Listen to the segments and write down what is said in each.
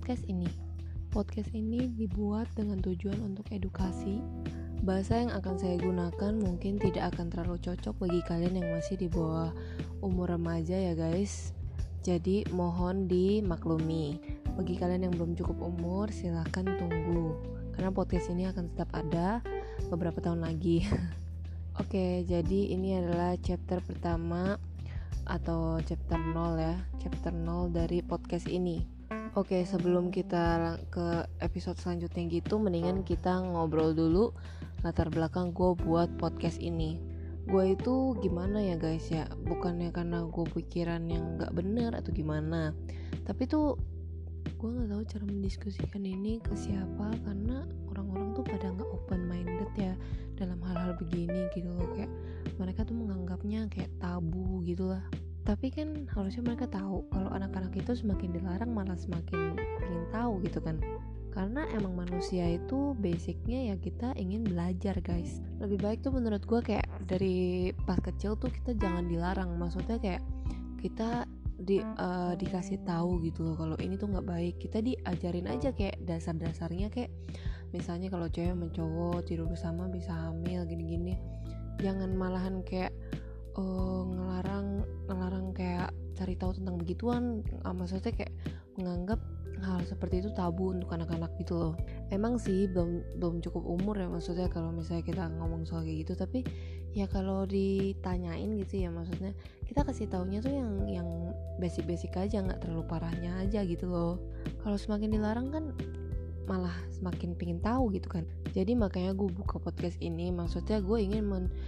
podcast ini. Podcast ini dibuat dengan tujuan untuk edukasi. Bahasa yang akan saya gunakan mungkin tidak akan terlalu cocok bagi kalian yang masih di bawah umur remaja ya guys. Jadi mohon dimaklumi. Bagi kalian yang belum cukup umur, silahkan tunggu. Karena podcast ini akan tetap ada beberapa tahun lagi. Oke, jadi ini adalah chapter pertama atau chapter 0 ya, chapter 0 dari podcast ini. Oke, sebelum kita ke episode selanjutnya gitu, mendingan kita ngobrol dulu latar belakang gue buat podcast ini. Gue itu gimana ya guys ya, bukannya karena gue pikiran yang gak bener atau gimana, tapi tuh gue gak tahu cara mendiskusikan ini ke siapa, karena orang-orang tuh pada gak open minded ya dalam hal-hal begini gitu loh. Kayak mereka tuh menganggapnya kayak tabu gitu lah. Tapi kan harusnya mereka tahu kalau anak-anak itu semakin dilarang malah semakin ingin tahu gitu kan. Karena emang manusia itu basicnya ya kita ingin belajar guys. Lebih baik tuh menurut gue kayak dari pas kecil tuh kita jangan dilarang. Maksudnya kayak kita dikasih tahu gitu loh kalau ini tuh nggak baik. Kita diajarin aja kayak dasar-dasarnya, kayak misalnya kalau cewek sama cowok tidur bersama bisa hamil gini-gini. Jangan malahan kayak ngelarang kayak cari tahu tentang begituan. Maksudnya kayak menganggap hal seperti itu tabu untuk anak-anak gitu loh. Emang sih belum cukup umur ya maksudnya kalau misalnya kita ngomong soal kayak gitu, tapi ya kalau ditanyain gitu ya maksudnya kita kasih taunya tuh yang basic-basic aja, nggak terlalu parahnya aja gitu loh. Kalau semakin dilarang kan malah semakin pingin tahu gitu kan. Jadi makanya gue buka podcast ini, maksudnya gue ingin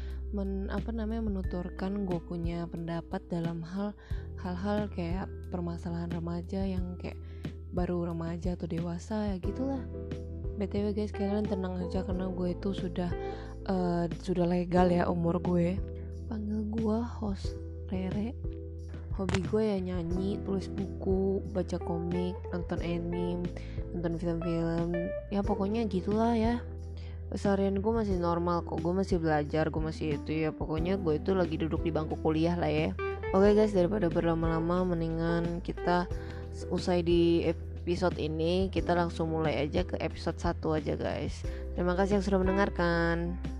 menuturkan gue punya pendapat dalam hal-hal kayak permasalahan remaja yang kayak baru remaja atau dewasa ya gitulah. BTW guys, kalian tenang aja karena gue itu sudah legal ya umur gue. Panggil gue host Rere. Hobi gue ya nyanyi, tulis buku, baca komik, nonton anime, nonton film-film, ya pokoknya gitulah ya. Keseharian gue masih normal kok, gue masih belajar, gue masih itu ya, pokoknya gue itu lagi duduk di bangku kuliah lah ya. Oke guys, daripada berlama-lama mendingan kita usai di episode ini, kita langsung mulai aja ke episode 1 aja guys. Terima kasih yang sudah mendengarkan.